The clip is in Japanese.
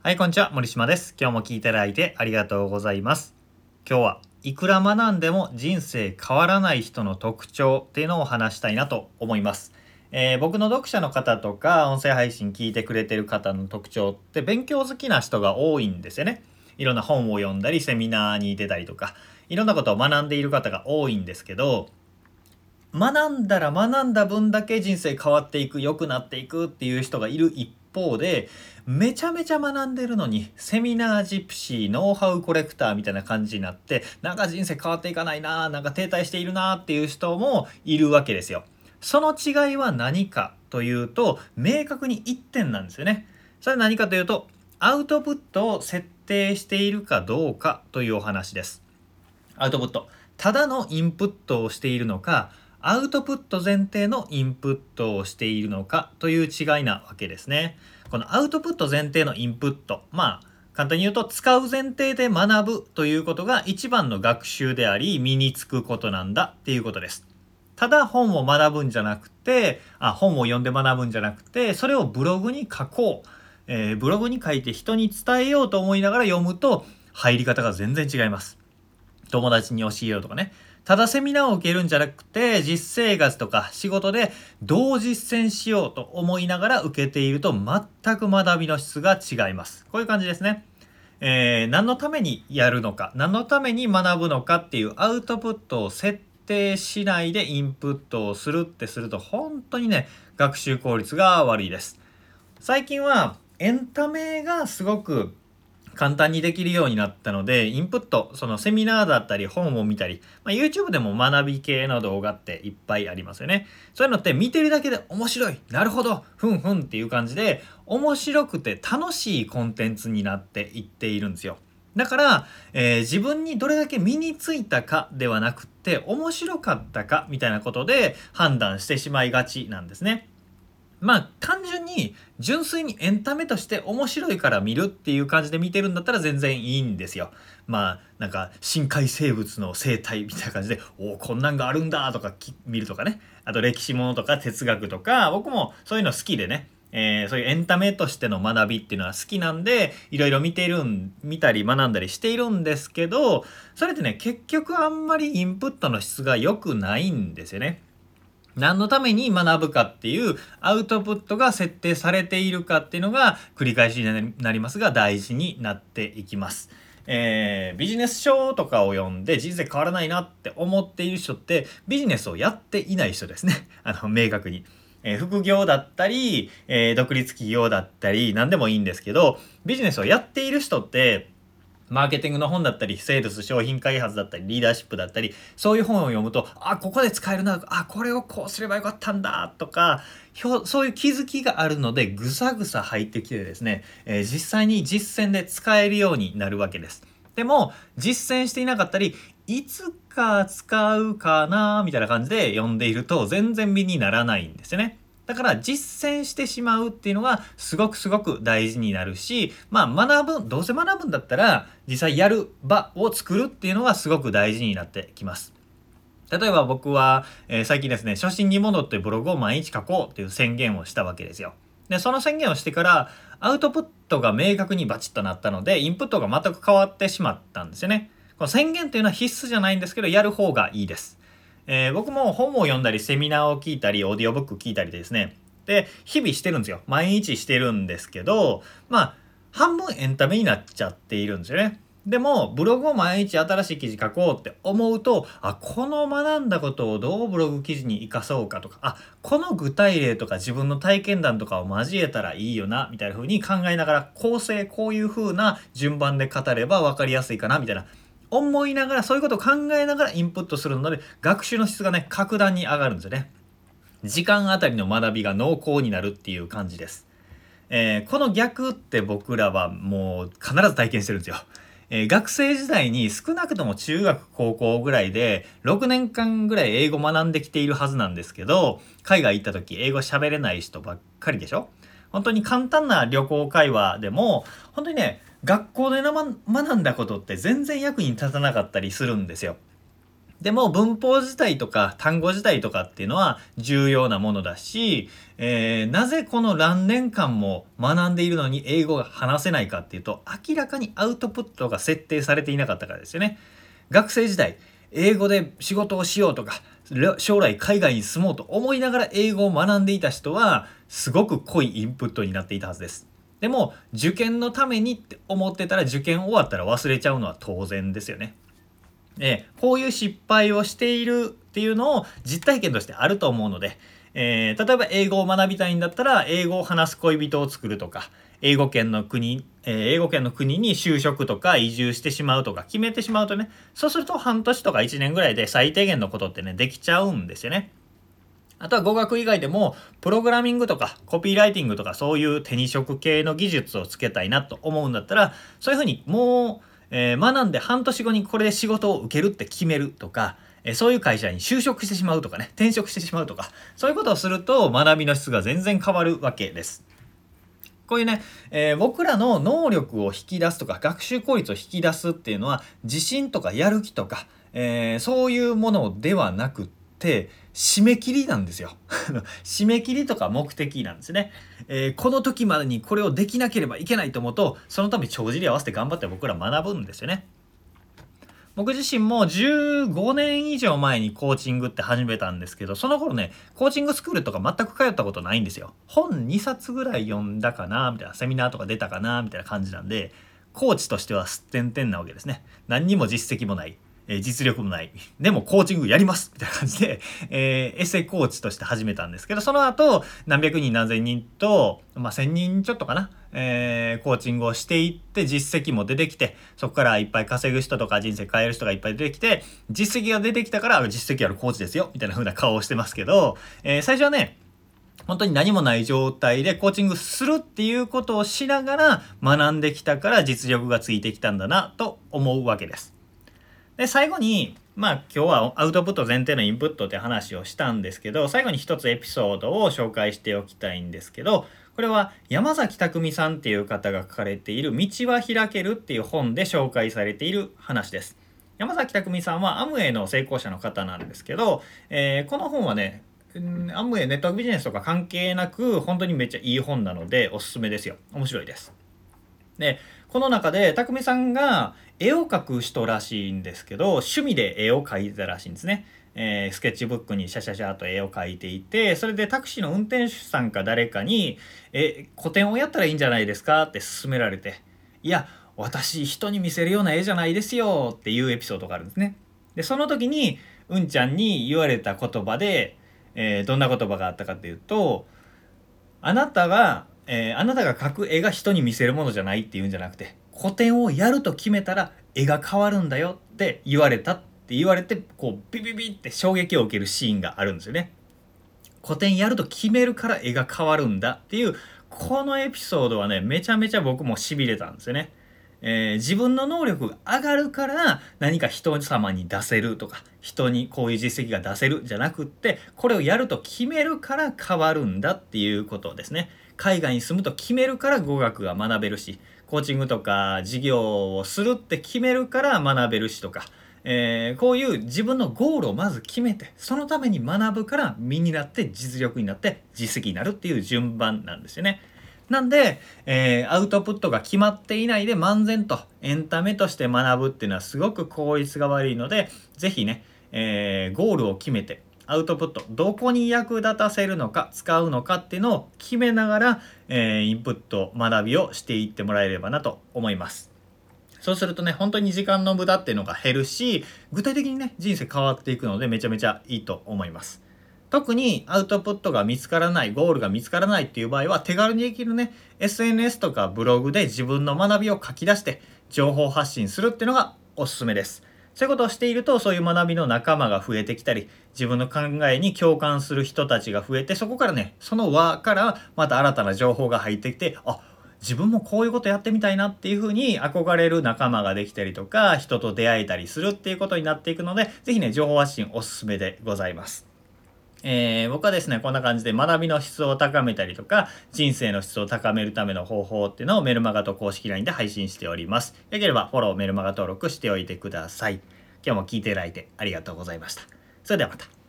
はい、こんにちは。森島です。今日も聞いていただいてありがとうございます。今日はいくら学んでも人生変わらない人の特徴っていうのを話したいなと思います。僕の読者の方とか音声配信聞いてくれてる方の特徴って勉強好きな人が多いんですよね。いろんな本を読んだりセミナーに出たりとかいろんなことを学んでいる方が多いんですけど、学んだら学んだ分だけ人生変わっていく、良くなっていくっていう人がいる一方で、めちゃめちゃ学んでるのに、セミナージプシー、ノウハウコレクターみたいな感じになって、なんか人生変わっていかないな、なんか停滞しているなっていう人もいるわけですよ。その違いは何かというと、明確に一点なんですよね。それは何かというと、アウトプットを設定しているかどうかというお話です。アウトプット。ただのインプットをしているのか、アウトプット前提のインプットをしているのかという違いなわけですね。このアウトプット前提のインプット。簡単に言うと、使う前提で学ぶということが一番の学習であり、身につくことなんだっていうことです。ただ本を学ぶんじゃなくて、本を読んで学ぶんじゃなくて、それをブログに書こう。ブログに書いて人に伝えようと思いながら読むと、入り方が全然違います。友達に教えようとかね。ただセミナーを受けるんじゃなくて、実生活とか仕事でどう実践しようと思いながら受けていると全く学びの質が違います。こういう感じですね。何のためにやるのか、何のために学ぶのかっていうアウトプットを設定しないでインプットをするってすると本当にね、学習効率が悪いです。最近はエンタメがすごく簡単にできるようになったので、インプット、そのセミナーだったり本を見たり、YouTube でも学び系の動画っていっぱいありますよね。そういうのって見てるだけで面白い、なるほど、ふんふんっていう感じで、面白くて楽しいコンテンツになっていっているんですよ。だから、自分にどれだけ身についたかではなくって、面白かったかみたいなことで判断してしまいがちなんですね。単純に純粋にエンタメとして面白いから見るっていう感じで見てるんだったら全然いいんですよ。なんか深海生物の生態みたいな感じで、こんなんがあるんだとか見るとかね。あと歴史ものとか哲学とか、僕もそういうの好きでね。そういうエンタメとしての学びっていうのは好きなんで、いろいろ見たり学んだりしているんですけど、それってね、結局あんまりインプットの質が良くないんですよね。何のために学ぶかっていうアウトプットが設定されているかっていうのが繰り返しになりますが大事になっていきます。ビジネス書とかを読んで人生変わらないなって思っている人ってビジネスをやっていない人ですね。明確に。副業だったり、独立企業だったり何でもいいんですけど、ビジネスをやっている人ってマーケティングの本だったり、セールス、商品開発だったり、リーダーシップだったり、そういう本を読むと、ここで使えるな、これをこうすればよかったんだ、とか、そういう気づきがあるので、ぐさぐさ入ってきてですね、実際に実践で使えるようになるわけです。でも、実践していなかったり、いつか使うかな、みたいな感じで読んでいると、全然身にならないんですよね。だから実践してしまうっていうのがすごく大事になるし、どうせ学ぶんだったら実際やる場を作るっていうのがすごく大事になってきます。例えば僕は、最近ですね、初心に戻ってブログを毎日書こうっていう宣言をしたわけですよ。で、その宣言をしてからアウトプットが明確にバチッとなったので、インプットが全く変わってしまったんですよね。この宣言っていうのは必須じゃないんですけど、やる方がいいです。僕も本を読んだり、セミナーを聞いたり、オーディオブック聞いたりですね。で、日々してるんですよ。毎日してるんですけど、半分エンタメになっちゃっているんですよね。でも、ブログを毎日新しい記事書こうって思うと、この学んだことをどうブログ記事に活かそうかとか、この具体例とか自分の体験談とかを交えたらいいよな、みたいな風に考えながら、こういう風な順番で語れば分かりやすいかな、みたいな。思いながら、そういうことを考えながらインプットするので、学習の質がね、格段に上がるんですよね。時間あたりの学びが濃厚になるっていう感じです。この逆って僕らはもう必ず体験してるんですよ。学生時代に少なくとも中学高校ぐらいで6年間ぐらい英語学んできているはずなんですけど、海外行った時英語喋れない人ばっかりでしょ。本当に簡単な旅行会話でも本当にね、学校で学んだことって全然役に立たなかったりするんですよ。 でも文法自体とか単語自体とかっていうのは重要なものだし、なぜこの何年間も学んでいるのに英語が話せないかっていうと、明らかにアウトプットが設定されていなかったからですよね。学生時代英語で仕事をしようとか、将来海外に住もうと思いながら英語を学んでいた人はすごく濃いインプットになっていたはずです。でも受験のためにって思ってたら、受験終わったら忘れちゃうのは当然ですよね。こういう失敗をしているっていうのを実体験としてあると思うので、例えば英語を学びたいんだったら英語を話す恋人を作るとか、英語圏の国に就職とか移住してしまうとか決めてしまうとね、そうすると半年とか1年ぐらいで最低限のことってねできちゃうんですよね。あとは語学以外でもプログラミングとかコピーライティングとか、そういう手に職系の技術をつけたいなと思うんだったら、そういうふうにもう学んで半年後にこれで仕事を受けるって決めるとか、そういう会社に就職してしまうとかね、転職してしまうとか、そういうことをすると学びの質が全然変わるわけです。こういうね、僕らの能力を引き出すとか学習効率を引き出すっていうのは自信とかやる気とか、そういうものではなくって締め切りなんですよ。締め切りとか目的なんですね。この時までにこれをできなければいけないと思うと、そのために帳尻合わせて頑張って僕ら学ぶんですよね。僕自身も15年以上前にコーチングって始めたんですけど、その頃ね、コーチングスクールとか全く通ったことないんですよ。本2冊ぐらい読んだかなみたいな、セミナーとか出たかなみたいな感じなんで、コーチとしてはすってんてんなわけですね。何にも実績もない。実力もない。でもコーチングやりますみたいな感じで、エセコーチとして始めたんですけど、その後何百人何千人と、1000人ちょっとかな、コーチングをしていって実績も出てきて、そこからいっぱい稼ぐ人とか人生変える人がいっぱい出てきて、実績が出てきたから実績あるコーチですよみたいな風な顔をしてますけど、最初はね、本当に何もない状態でコーチングするっていうことをしながら学んできたから実力がついてきたんだなと思うわけです。で、最後に、今日はアウトプット前提のインプットって話をしたんですけど、最後に一つエピソードを紹介しておきたいんですけど、これは山崎匠さんっていう方が書かれている道は開けるっていう本で紹介されている話です。山崎匠さんはアムウェイの成功者の方なんですけど、この本はね、アムウェイネットワークビジネスとか関係なく本当にめっちゃいい本なのでおすすめですよ。面白いです。で、この中で匠さんが絵を描く人らしいんですけど、趣味で絵を描いてたらしいんですね。スケッチブックにシャシャシャと絵を描いていて、それでタクシーの運転手さんか誰かに個展をやったらいいんじゃないですかって勧められて、いや私人に見せるような絵じゃないですよっていうエピソードがあるんですね。でその時にうんちゃんに言われた言葉で、どんな言葉があったかっていうと、あなたが描く絵が人に見せるものじゃないっていうんじゃなくて、個展をやると決めたら絵が変わるんだよって言われたって言われて、こうビビビって衝撃を受けるシーンがあるんですよね。個展やると決めるから絵が変わるんだっていう、このエピソードはね、めちゃめちゃ僕も痺れたんですよね。自分の能力が上がるから何か人様に出せるとか、人にこういう実績が出せるじゃなくって、これをやると決めるから変わるんだっていうことですね。海外に住むと決めるから語学が学べるし、コーチングとか事業をするって決めるから学べるしとか、こういう自分のゴールをまず決めて、そのために学ぶから身になって実力になって実績になるっていう順番なんですよね。なんで、アウトプットが決まっていないで漫然とエンタメとして学ぶっていうのはすごく効率が悪いので、ぜひね、ゴールを決めてアウトプットどこに役立たせるのか使うのかっていうのを決めながら、インプット学びをしていってもらえればなと思います。そうするとね、本当に時間の無駄っていうのが減るし、具体的にね、人生変わっていくのでめちゃめちゃいいと思います。特にアウトプットが見つからない、ゴールが見つからないっていう場合は、手軽にできるね、SNS とかブログで自分の学びを書き出して情報発信するっていうのがおすすめです。そういうことをしていると、そういう学びの仲間が増えてきたり、自分の考えに共感する人たちが増えて、そこからね、その輪からまた新たな情報が入ってきて、自分もこういうことやってみたいなっていう風に憧れる仲間ができたりとか、人と出会えたりするっていうことになっていくので、ぜひね、情報発信おすすめでございます。僕はですね、こんな感じで学びの質を高めたりとか、人生の質を高めるための方法っていうのをメルマガと公式 LINE で配信しております。よければフォロー、メルマガ登録しておいてください。 今日も聞いていただいてありがとうございました。それではまた。